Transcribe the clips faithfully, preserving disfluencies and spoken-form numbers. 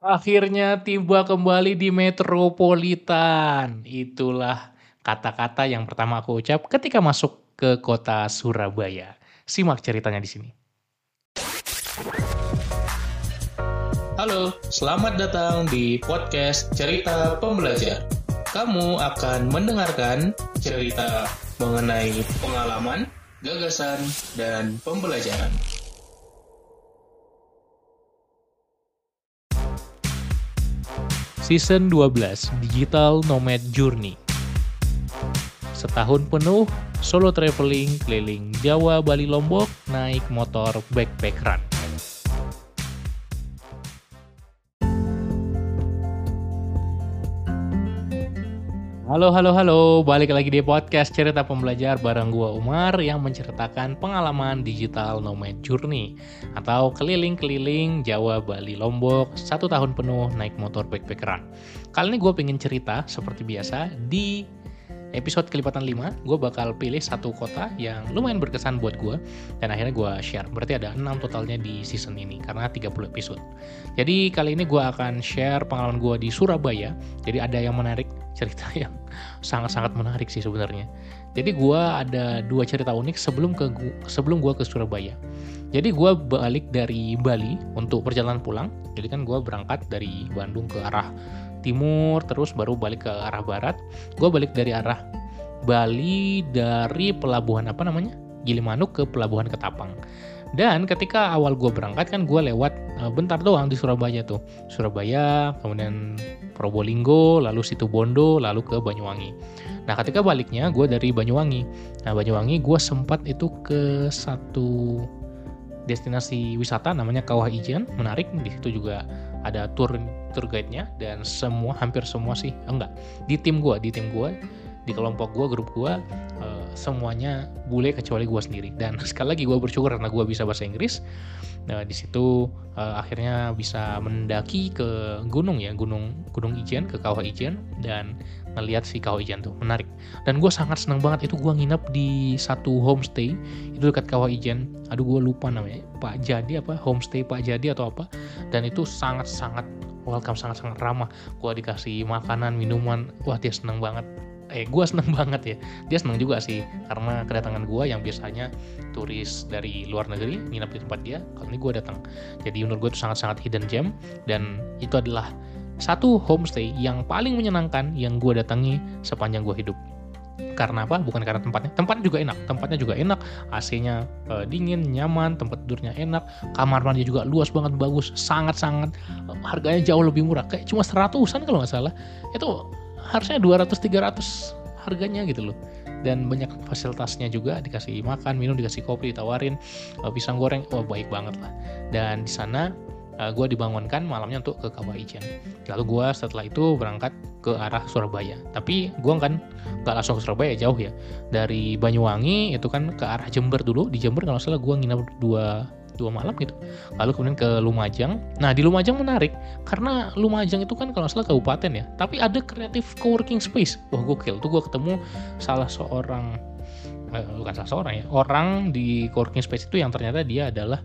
Akhirnya tiba kembali di Metropolitan. Itulah kata-kata yang pertama aku ucap ketika masuk ke kota Surabaya. Simak ceritanya di sini. Halo, selamat datang di podcast Cerita Pembelajar. Kamu akan mendengarkan cerita mengenai pengalaman, gagasan, dan pembelajaran. Season dua belas Digital Nomad Journey. Setahun penuh solo traveling keliling Jawa, Bali, Lombok naik motor backpackeran. Halo, halo, halo. Balik lagi di podcast Cerita Pembelajar bareng gua Umar yang menceritakan pengalaman digital nomad journey atau keliling-keliling Jawa, Bali, Lombok satu tahun penuh naik motor backpackeran. Kali ini gue pengen cerita seperti biasa di episode kelipatan lima. Gue bakal pilih satu kota yang lumayan berkesan buat gue dan akhirnya gue share. Berarti ada enam totalnya di season ini karena tiga puluh episode. Jadi kali ini gue akan share pengalaman gue di Surabaya. Jadi ada yang menarik, cerita yang sangat-sangat menarik sih sebenarnya. Jadi gue ada dua cerita unik sebelum ke sebelum gue ke Surabaya. Jadi gue balik dari Bali untuk perjalanan pulang. Jadi kan gue berangkat dari Bandung ke arah timur, terus baru balik ke arah barat. Gue balik dari arah Bali dari pelabuhan apa namanya? Gilimanuk ke pelabuhan Ketapang. Dan ketika awal gue berangkat kan gue lewat uh, bentar doang di Surabaya tuh. Surabaya, kemudian Probolinggo, lalu Situbondo, lalu ke Banyuwangi. Nah ketika baliknya gue dari Banyuwangi. Nah Banyuwangi gue sempat itu ke satu destinasi wisata namanya Kawah Ijen, menarik. Di situ juga ada tour tour guide-nya dan semua hampir semua sih enggak di tim gue di tim gue di kelompok gue, grup gue, uh, semuanya bule kecuali gue sendiri. Dan sekali lagi gue bersyukur karena gue bisa bahasa Inggris. Nah, di situ uh, akhirnya bisa mendaki ke gunung ya, gunung Gunung Ijen, ke Kawah Ijen dan ngelihat si Kawah Ijen tuh menarik. Dan gue sangat senang banget itu gue nginep di satu homestay itu dekat Kawah Ijen. Aduh gue lupa namanya, Pak Jadi apa homestay Pak Jadi atau apa. Dan itu sangat-sangat welcome, sangat-sangat ramah. Gue dikasih makanan, minuman, wah dia senang banget. Eh, gue seneng banget ya. Dia seneng juga sih karena kedatangan gue yang biasanya turis dari luar negeri nginep di tempat dia, kali ini gue datang. Jadi menurut gue itu sangat-sangat hidden gem dan itu adalah satu homestay yang paling menyenangkan yang gue datangi sepanjang gue hidup. Karena apa? Bukan karena tempatnya. Tempatnya juga enak. Tempatnya juga enak. A C-nya e, dingin, nyaman, tempat tidurnya enak, kamar mandi juga luas banget, bagus, sangat-sangat e, harganya jauh lebih murah. Kayak cuma seratusan kalau nggak salah. Itu harusnya dua ratus tiga ratus harganya gitu loh. Dan banyak fasilitasnya juga, dikasih makan, minum, dikasih kopi, ditawarin uh, pisang goreng, wah baik banget lah. Dan di sana uh, gue dibangunkan malamnya untuk ke Kawah Ijen. Lalu gue setelah itu berangkat ke arah Surabaya. Tapi gue kan gak langsung ke Surabaya, jauh ya. Dari Banyuwangi itu kan ke arah Jember dulu. Di Jember kalau salah gue nginep dua dua malam gitu. Lalu kemudian ke Lumajang. Nah di Lumajang menarik karena Lumajang itu kan kalau salah kabupaten ya, tapi ada creative co-working space. Wah gokil. Tuh gue ketemu salah seorang eh, bukan salah seorang ya, orang di co-working space itu yang ternyata dia adalah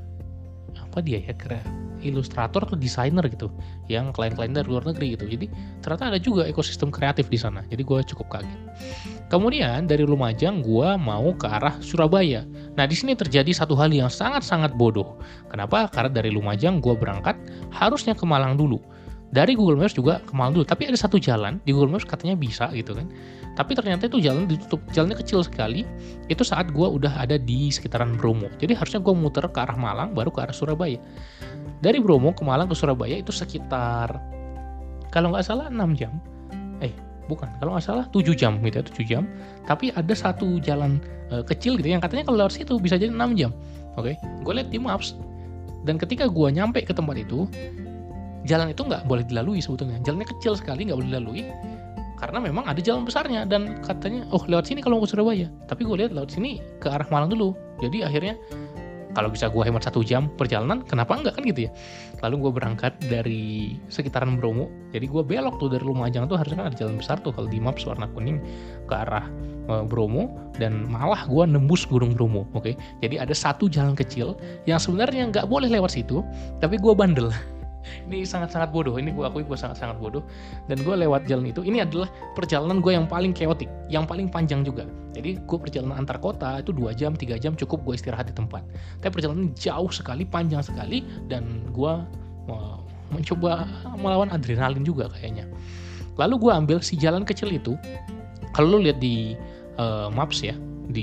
apa dia ya, kira ilustrator atau desainer gitu, yang klien-klien dari luar negeri gitu. Jadi ternyata ada juga ekosistem kreatif di sana. Jadi gue cukup kaget. Kemudian dari Lumajang gue mau ke arah Surabaya. Nah di sini terjadi satu hal yang sangat-sangat bodoh. Kenapa? Karena dari Lumajang gue berangkat harusnya ke Malang dulu. Dari Google Maps juga ke Malang dulu. Tapi ada satu jalan di Google Maps katanya bisa gitu kan. Tapi ternyata itu jalan ditutup, jalannya kecil sekali. Itu saat gue udah ada di sekitaran Bromo. Jadi harusnya gue muter ke arah Malang baru ke arah Surabaya. Dari Bromo ke Malang ke Surabaya itu sekitar kalau nggak salah enam jam. Eh bukan, kalau nggak salah tujuh jam gitu ya, tujuh jam. Tapi ada satu jalan e, kecil gitu yang katanya kalau lewat situ bisa jadi enam jam. Oke, gue lihat di maps. Dan ketika gue nyampe ke tempat itu, jalan itu nggak boleh dilalui sebetulnya. Jalannya kecil sekali, nggak boleh dilalui. Karena memang ada jalan besarnya dan katanya, oh lewat sini kalau mau ke Surabaya. Tapi gue lihat lewat sini ke arah Malang dulu. Jadi akhirnya kalau bisa gue hemat satu jam perjalanan, kenapa enggak kan gitu ya. Lalu gue berangkat dari sekitaran Bromo. Jadi gue belok tuh dari Lumajang tuh harusnya kan ada jalan besar tuh kalau di maps warna kuning ke arah uh, Bromo. Dan malah gue nembus Gunung Bromo. Oke, okay? Jadi ada satu jalan kecil yang sebenarnya nggak boleh lewat situ, tapi gue bandel. Ini sangat-sangat bodoh, ini gue akui gue sangat-sangat bodoh. Dan gue lewat jalan itu, ini adalah perjalanan gue yang paling chaotic, yang paling panjang juga. Jadi gue perjalanan antar kota itu dua jam, tiga jam cukup gue istirahat di tempat. Tapi perjalanan jauh sekali, panjang sekali, dan gue uh, mencoba melawan adrenalin juga kayaknya. Lalu gue ambil si jalan kecil itu. Kalau lu lihat di uh, maps ya,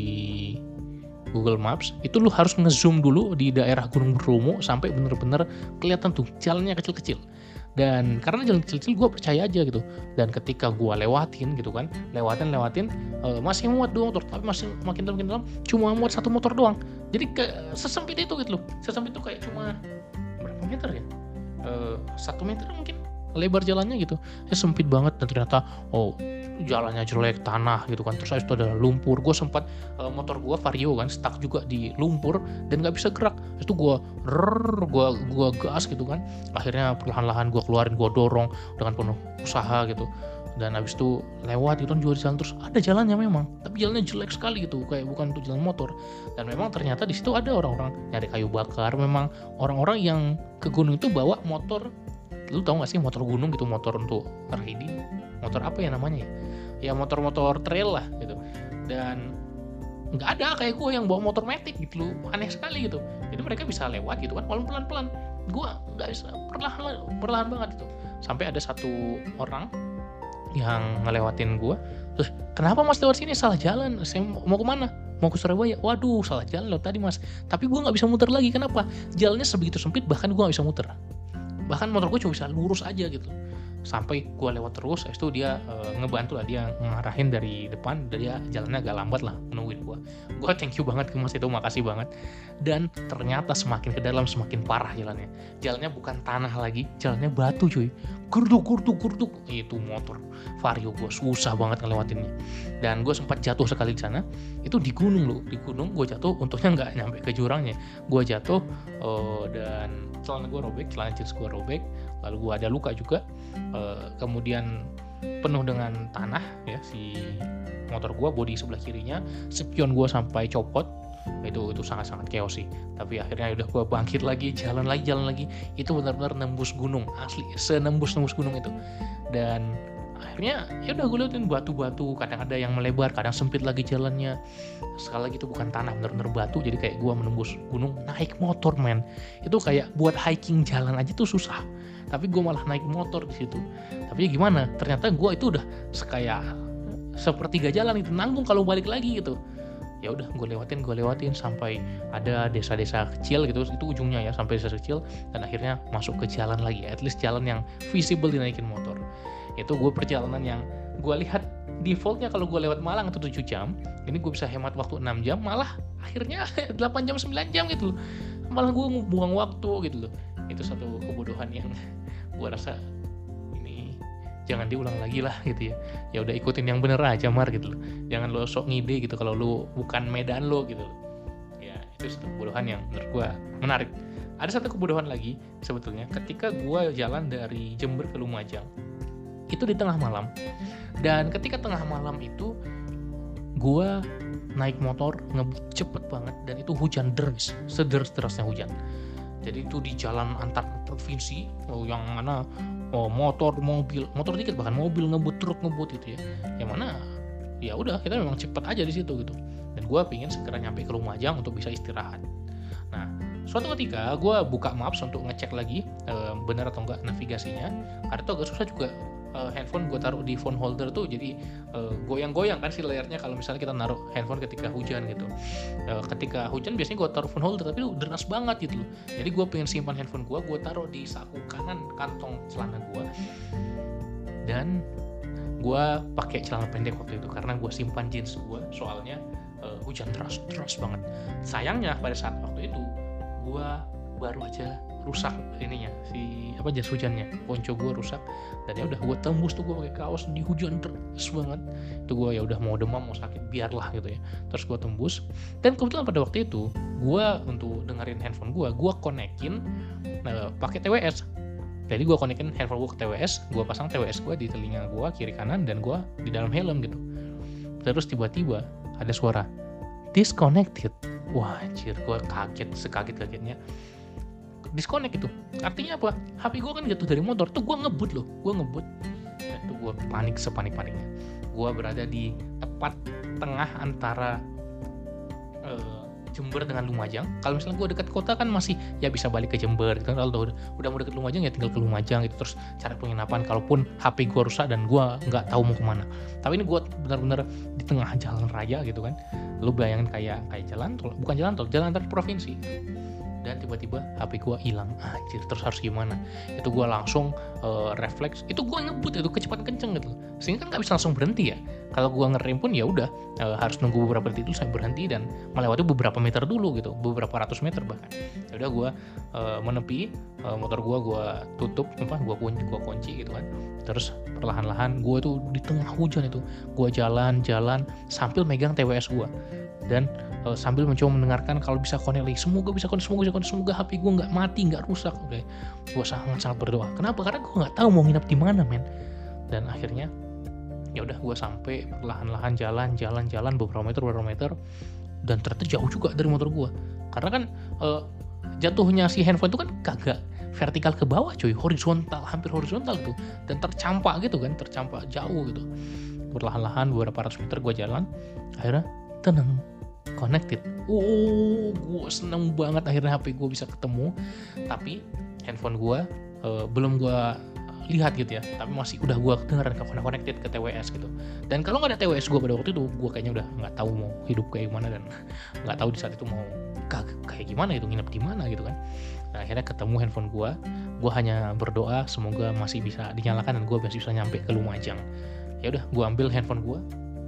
di Google Maps, itu lu harus ngezoom dulu di daerah Gunung Bromo sampai bener-bener kelihatan tuh jalannya kecil-kecil. Dan karena jalan kecil-kecil gue percaya aja gitu. Dan ketika gue lewatin gitu kan, lewatin lewatin uh, masih muat dua motor, tapi masih makin dalam makin dalam cuma muat satu motor doang. Jadi ke, sesempit itu gitu loh. Sesempit itu kayak cuma berapa meter ya? Uh, satu meter mungkin lebar jalannya gitu. Ya sempit banget dan ternyata oh jalannya jelek, tanah gitu kan, terus itu ada lumpur. Gue sempat uh, motor gue Vario kan stuck juga di lumpur dan nggak bisa gerak. Itu gue rrrr, gue gue gas gitu kan. Akhirnya perlahan-lahan gue keluarin, gue dorong dengan penuh usaha gitu. Dan habis itu lewat itu kan juga di jalan, terus ada jalannya memang, tapi jalannya jelek sekali gitu, kayak bukan untuk jalan motor. Dan memang ternyata di situ ada orang-orang nyari kayu bakar. Memang orang-orang yang ke gunung itu bawa motor. Lu tau gak sih motor gunung gitu, motor untuk riding, motor apa ya namanya ya? Ya motor-motor trail lah gitu. Dan nggak ada kayak gue yang bawa motor matic gitu loh, aneh sekali gitu. Jadi mereka bisa lewat gitu kan, walaupun pelan-pelan. Gue nggak bisa, perlahan perlahan banget itu. Sampai ada satu orang yang ngelewatin gue, terus kenapa mas lewat sini, salah jalan, saya mau kemana? Mau ke Surabaya. Waduh, salah jalan loh tadi mas. Tapi gue nggak bisa muter lagi. Kenapa? Jalannya sebegitu sempit, bahkan gue nggak bisa muter. Bahkan motor gue cuma bisa lurus aja gitu. Sampai gue lewat terus, habis itu dia e, ngebantu lah, dia ngarahin dari depan, dia jalannya agak lambat lah menungguin gue. Gue thank you banget ke mas itu, makasih banget. Dan ternyata semakin ke dalam semakin parah jalannya. Jalannya bukan tanah lagi, jalannya batu cuy. Gurduk, gurduk, gurduk. Itu motor Vario gue susah banget ngelewatinnya. Dan gue sempat jatuh sekali di sana. Itu di gunung loh, di gunung gue jatuh. Untungnya nggak nyampe ke jurangnya. Gue jatuh uh, dan celana gue robek, celana jeans gue robek. Lalu gue ada luka juga. Uh, kemudian penuh dengan tanah ya si motor gue, bodi sebelah kirinya, spion gue sampai copot. Itu itu sangat-sangat chaos sih. Tapi akhirnya udah gue bangkit lagi, jalan lagi, jalan lagi. Itu benar-benar nembus gunung, asli senembus-nembus gunung itu. Dan akhirnya ya udah gue liatin batu-batu, kadang ada yang melebar, kadang sempit lagi jalannya. Sekali lagi itu bukan tanah, benar-benar batu. Jadi kayak gue menembus gunung naik motor, men. Itu kayak buat hiking jalan aja tuh susah. Tapi gue malah naik motor di situ. Tapi ya gimana? Ternyata gue itu udah kayak sepertiga jalan itu, nanggung kalau balik lagi gitu. Ya udah gue lewatin gue lewatin sampai ada desa-desa kecil gitu, itu ujungnya ya, sampai desa kecil, dan akhirnya masuk ke jalan lagi, at least jalan yang visible dinaikin motor. Itu gue perjalanan yang gue lihat defaultnya kalau gue lewat Malang itu tujuh jam, ini gue bisa hemat waktu enam jam, malah akhirnya delapan jam sembilan jam gitu loh. Malah gue buang waktu gitu loh. Itu satu kebodohan yang gue rasa jangan diulang lagi lah gitu ya. Ya udah ikutin yang bener aja Mar gitu loh. Jangan lo sok ngide gitu kalau lo bukan medan lo gitu loh. Ya itu satu kebodohan yang menurut gue menarik. Ada satu kebodohan lagi sebetulnya ketika gue jalan dari Jember ke Lumajang. Itu di tengah malam. Dan ketika tengah malam itu gue naik motor ngebut cepet banget, dan itu hujan deras, sederas-derasnya hujan. Jadi itu di jalan antar provinsi, oh, yang mana oh, motor, mobil, motor dikit bahkan mobil ngebut, truk ngebut gitu ya. Yang mana ya udah kita memang cepet aja di situ gitu. Dan gue pengen segera nyampe ke Lumajang untuk bisa istirahat. Nah, suatu ketika gue buka maps untuk ngecek lagi e, benar atau enggak navigasinya. Karena itu agak susah juga. Uh, handphone gue taruh di phone holder tuh, jadi uh, goyang-goyang kan si layarnya kalau misalnya kita naruh handphone ketika hujan gitu. Uh, ketika hujan biasanya gue taruh phone holder, tapi itu deras banget gitu loh. Jadi gue pengen simpan handphone gue, gue taruh di saku kanan kantong celana gue. Dan gue pakai celana pendek waktu itu karena gue simpan jeans gue, soalnya uh, hujan deras, deras banget. Sayangnya pada saat waktu itu gue baru aja rusak ininya si apa jas hujannya, ponco gue rusak, dan ya udah gue tembus tuh, gue pakai kaos di hujan deras banget itu, gue ya udah mau demam mau sakit biarlah gitu ya, terus gue tembus. Dan kebetulan pada waktu itu gue untuk dengerin handphone gue gue konekin nah, pakai T W S. Jadi gue konekin handphone gue ke T W S, gue pasang T W S gue di telinga gue kiri kanan, dan gue di dalam helm gitu. Terus tiba-tiba ada suara disconnected. Wah anjir, gue kaget, sekaget-kagetnya. disconnect itu. Artinya apa? H P gue kan jatuh dari motor, tuh gue ngebut loh, gue ngebut. Dan tuh gue panik sepanik-paniknya. Gue berada di tepat tengah antara uh, Jember dengan Lumajang. Kalau misalnya gue dekat kota kan masih ya bisa balik ke Jember gitu kan. Kalau udah, udah mau dekat Lumajang ya tinggal ke Lumajang gitu, terus cari penginapan kalaupun H P gue rusak dan gue nggak tahu mau kemana. Tapi ini gue benar-benar di tengah jalan raya gitu kan. Lu bayangin kayak kayak jalan tol, bukan jalan tol, jalan antar provinsi. Dan tiba-tiba H P gue hilang, anjir, terus harus gimana? Itu gue langsung uh, refleks, itu gue ngebut itu kecepatan kenceng gitu, sehingga kan nggak bisa langsung berhenti ya. Kalau gue ngerem pun ya udah uh, harus nunggu beberapa detik dulu saya berhenti dan melewati beberapa meter dulu gitu, beberapa ratus meter bahkan. Ya udah gue uh, menepi, uh, motor gue gue tutup, apa? Gue kunci, gue kunci gitu kan. Terus perlahan-lahan gue tuh di tengah hujan itu, gue jalan-jalan sambil megang T W S gue dan uh, sambil mencoba mendengarkan kalau bisa connect lagi, semoga bisa connect, semoga bisa connect, semoga H P gue nggak mati, nggak rusak. Oke, gue sangat-sangat berdoa. Kenapa? Karena gue nggak tahu mau nginep di mana, men. Dan akhirnya ya udah gue sampai perlahan-lahan jalan-jalan-jalan beberapa meter beberapa meter dan ternyata jauh juga dari motor gue. Karena kan uh, jatuhnya si handphone itu kan kagak vertikal ke bawah, cuy, horizontal, hampir horizontal gitu, dan tercampak gitu kan, tercampak jauh gitu. Perlahan-lahan beberapa ratus meter gue jalan, akhirnya tenang, connected. Oh, gue seneng banget akhirnya H P gue bisa ketemu. Tapi handphone gue uh, belum gue lihat gitu ya, tapi masih udah gue dengerin ke connected ke T W S gitu. Dan kalau nggak ada T W S gue pada waktu itu, gue kayaknya udah nggak tahu mau hidup kayak gimana dan nggak tahu di saat itu mau kayak gimana gitu, nginep di mana gitu kan. Nah, akhirnya ketemu handphone gue. Gue hanya berdoa semoga masih bisa dinyalakan dan gue masih bisa nyampe ke Lumajang. Ya udah, gue ambil handphone gue.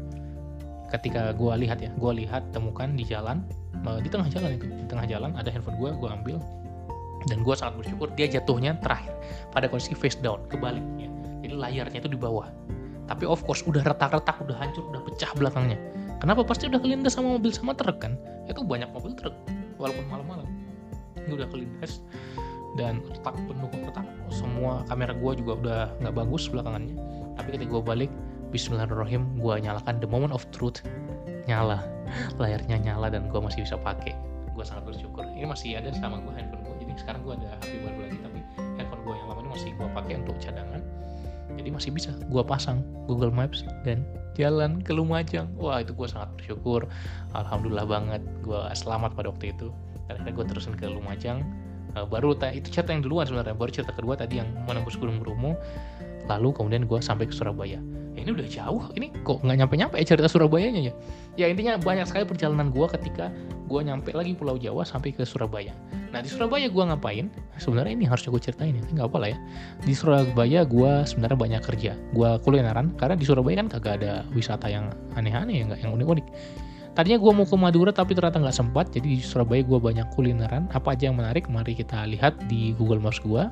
Ketika gue lihat ya, gue lihat temukan di jalan, di tengah jalan itu, di tengah jalan ada handphone gue, gue ambil. Dan gue sangat bersyukur dia jatuhnya terakhir pada kondisi face down, kebalik ya. Jadi layarnya itu di bawah. Tapi of course udah retak-retak, udah hancur, udah pecah belakangnya. Kenapa? Pasti udah kelindas sama mobil sama truk kan. Itu banyak mobil truk walaupun malam-malam. Ini udah kelindas dan retak, penuh retak. Semua kamera gue juga udah nggak bagus belakangannya. Tapi ketika gue balik, bismillahirrahmanirrahim, gue nyalakan the moment of truth, nyala, layarnya nyala dan gue masih bisa pakai. Gue sangat bersyukur. Ini masih ada sama gue handphone gue. Jadi sekarang gue ada H P baru lagi, tapi handphone gue yang lama ini masih gue pakai untuk cadangan. Jadi masih bisa gue pasang Google Maps dan jalan ke Lumajang. Wah, itu gue sangat bersyukur. Alhamdulillah banget. Gue selamat pada waktu itu. Dan akhirnya gue terusin ke Lumajang. Uh, baru ta- itu cerita yang duluan sebenarnya. Baru cerita kedua tadi yang menembus Gunung Bromo. Lalu kemudian gue sampai ke Surabaya. Ya, ini udah jauh, ini kok nggak nyampe-nyampe ya cerita Surabayanya ya. Ya intinya banyak sekali perjalanan gue ketika gue nyampe lagi Pulau Jawa sampai ke Surabaya. Nah di Surabaya gue ngapain? Sebenarnya ini harusnya gue ceritain ya, nggak apa lah ya. Di Surabaya gue sebenarnya banyak kerja. Gue kulineran, karena di Surabaya kan kagak ada wisata yang aneh-aneh ya, nggak yang unik-unik. Tadinya gue mau ke Madura tapi ternyata nggak sempat. Jadi di Surabaya gue banyak kulineran. Apa aja yang menarik? Mari kita lihat di Google Maps gue.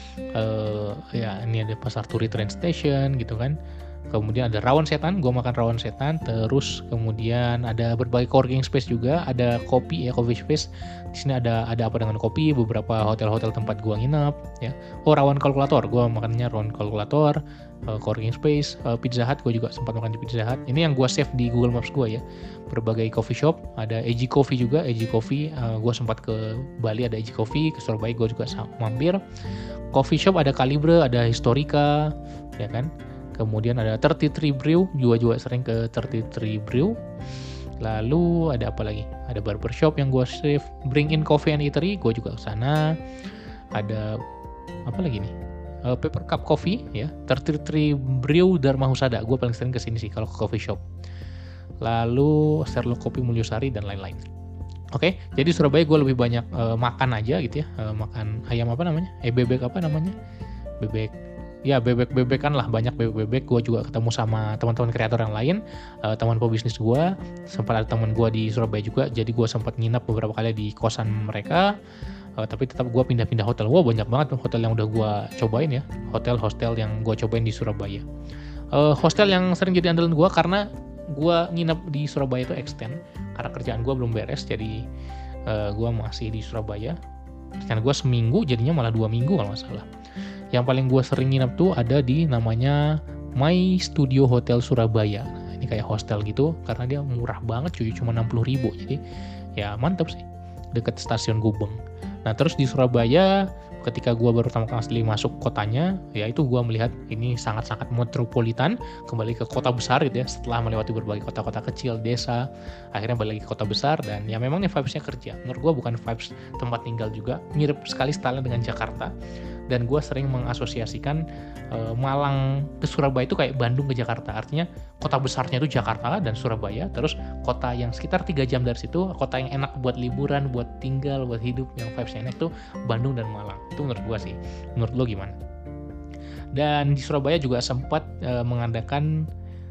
Uh, ya ini ada Pasar Turi Train Station gitu kan. Kemudian ada Rawon Setan, gue makan Rawon Setan. Terus kemudian ada berbagai coworking space juga, ada kopi ya, coffee space. Di sini ada ada apa dengan kopi, beberapa hotel-hotel tempat gue nginep ya. Oh, Rawon Kalkulator, gue makannya Rawon Kalkulator, uh, coworking space, uh, Pizza Hut, gue juga sempat makan di Pizza Hut. Ini yang gue save di Google Maps gue ya. Berbagai coffee shop, ada A G Coffee juga, A G Coffee. Uh, gue sempat ke Bali ada A G Coffee, ke Surabaya gue juga mampir. Coffee shop ada Calibre, ada Historica, ya kan. Kemudian ada thirty-three Brew, juga juga sering ke thirty-three Brew. Lalu ada apa lagi? Ada barbershop yang gue save, Bring In Coffee and Eatery, gue juga ke sana. Ada apa lagi nih? Uh, Paper Cup Coffee ya, thirty-three Brew Dharma Husada. Gue paling sering ke sini sih kalau ke coffee shop. Lalu Sherlock Kopi Mulyosari dan lain-lain. Oke, okay, jadi Surabaya gue lebih banyak uh, makan aja gitu ya, uh, makan ayam apa namanya? Eh bebek apa namanya? Bebek ya bebek-bebekan lah, banyak bebek-bebek. Gue juga ketemu sama teman-teman kreator yang lain, uh, teman pebisnis gue. Sempat ada teman gue di Surabaya juga, jadi gue sempat nginap beberapa kali di kosan mereka. Uh, tapi tetap gue pindah-pindah hotel. Wah, banyak banget hotel yang udah gue cobain ya, hotel-hostel yang gue cobain di Surabaya. Uh, hostel yang sering jadi andalan gue karena gue nginap di Surabaya itu extend karena kerjaan gue belum beres, jadi uh, gue masih di Surabaya. Karena gue seminggu, jadinya malah dua minggu kalau nggak salah. Yang paling gue sering nginep tuh ada di namanya My Studio Hotel Surabaya. Nah, ini kayak hostel gitu karena dia murah banget cuy, cuma enam puluh ribu. Jadi ya mantap sih, deket stasiun Gubeng. Nah terus di Surabaya ketika gue baru pertama kali masuk kotanya, ya itu gue melihat ini sangat-sangat metropolitan, kembali ke kota besar gitu ya, setelah melewati berbagai kota-kota kecil, desa, akhirnya balik lagi ke kota besar. Dan ya memang ini vibes-nya kerja, menurut gue bukan vibes tempat tinggal juga, mirip sekali style dengan Jakarta. Dan gue sering mengasosiasikan e, Malang ke Surabaya itu kayak Bandung ke Jakarta, artinya kota besarnya itu Jakarta dan Surabaya, terus kota yang sekitar tiga jam dari situ, kota yang enak buat liburan, buat tinggal, buat hidup, yang vibes-nya enak tuh Bandung dan Malang. Itu menurut gue sih. Menurut lo gimana? Dan di Surabaya juga sempat e, mengadakan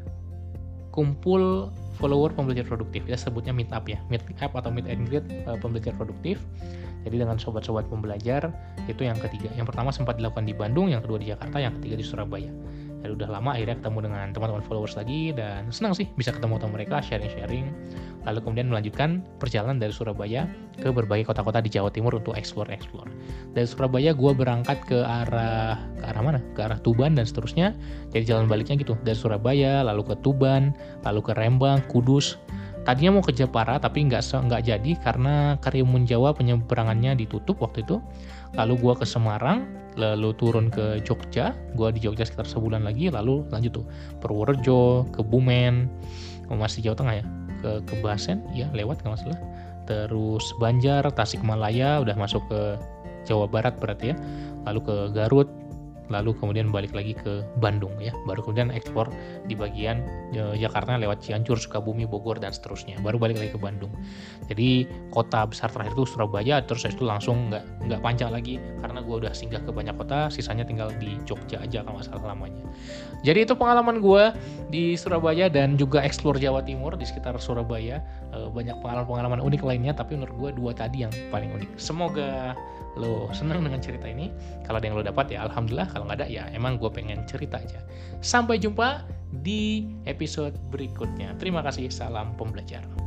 kumpul follower pembelajar produktif, ya sebutnya meet up ya, meet up atau meet and greet e, pembelajar produktif. Jadi dengan sobat-sobat pembelajar, itu yang ketiga. Yang pertama sempat dilakukan di Bandung, yang kedua di Jakarta, yang ketiga di Surabaya. Jadi udah lama akhirnya ketemu dengan teman-teman followers lagi, dan senang sih bisa ketemu sama mereka, sharing-sharing. Lalu kemudian melanjutkan perjalanan dari Surabaya ke berbagai kota-kota di Jawa Timur untuk explore-explore. Dari Surabaya gue berangkat ke arah ke arah mana? Ke arah Tuban dan seterusnya. Jadi jalan baliknya gitu, dari Surabaya lalu ke Tuban, lalu ke Rembang, Kudus. Tadinya mau ke Jepara tapi nggak nggak jadi karena Karimun Jawa penyeberangannya ditutup waktu itu. Lalu gue ke Semarang, lalu turun ke Jogja. Gue di Jogja sekitar sebulan lagi, lalu lanjut tuh Purworejo, Kebumen, masih Jawa Tengah ya, ke ke Basen, ya lewat nggak masalah. Terus Banjar, Tasikmalaya, udah masuk ke Jawa Barat berarti ya. Lalu ke Garut, lalu kemudian balik lagi ke Bandung ya, baru kemudian ekspor di bagian e, Jakarta lewat Cianjur, Sukabumi, Bogor dan seterusnya, baru balik lagi ke Bandung. Jadi kota besar terakhir itu Surabaya, terus itu langsung nggak nggak panjang lagi karena gue udah singgah ke banyak kota, sisanya tinggal di Jogja aja kalau nggak salah lamanya. Jadi itu pengalaman gue di Surabaya dan juga eksplor Jawa Timur di sekitar Surabaya. E, banyak pengalaman-pengalaman unik lainnya, tapi menurut gue dua tadi yang paling unik. Semoga lo senang dengan cerita ini. Kalau ada yang lo dapat ya alhamdulillah, kalau nggak ada ya emang gue pengen cerita aja. Sampai jumpa di episode berikutnya. Terima kasih, salam pembelajar.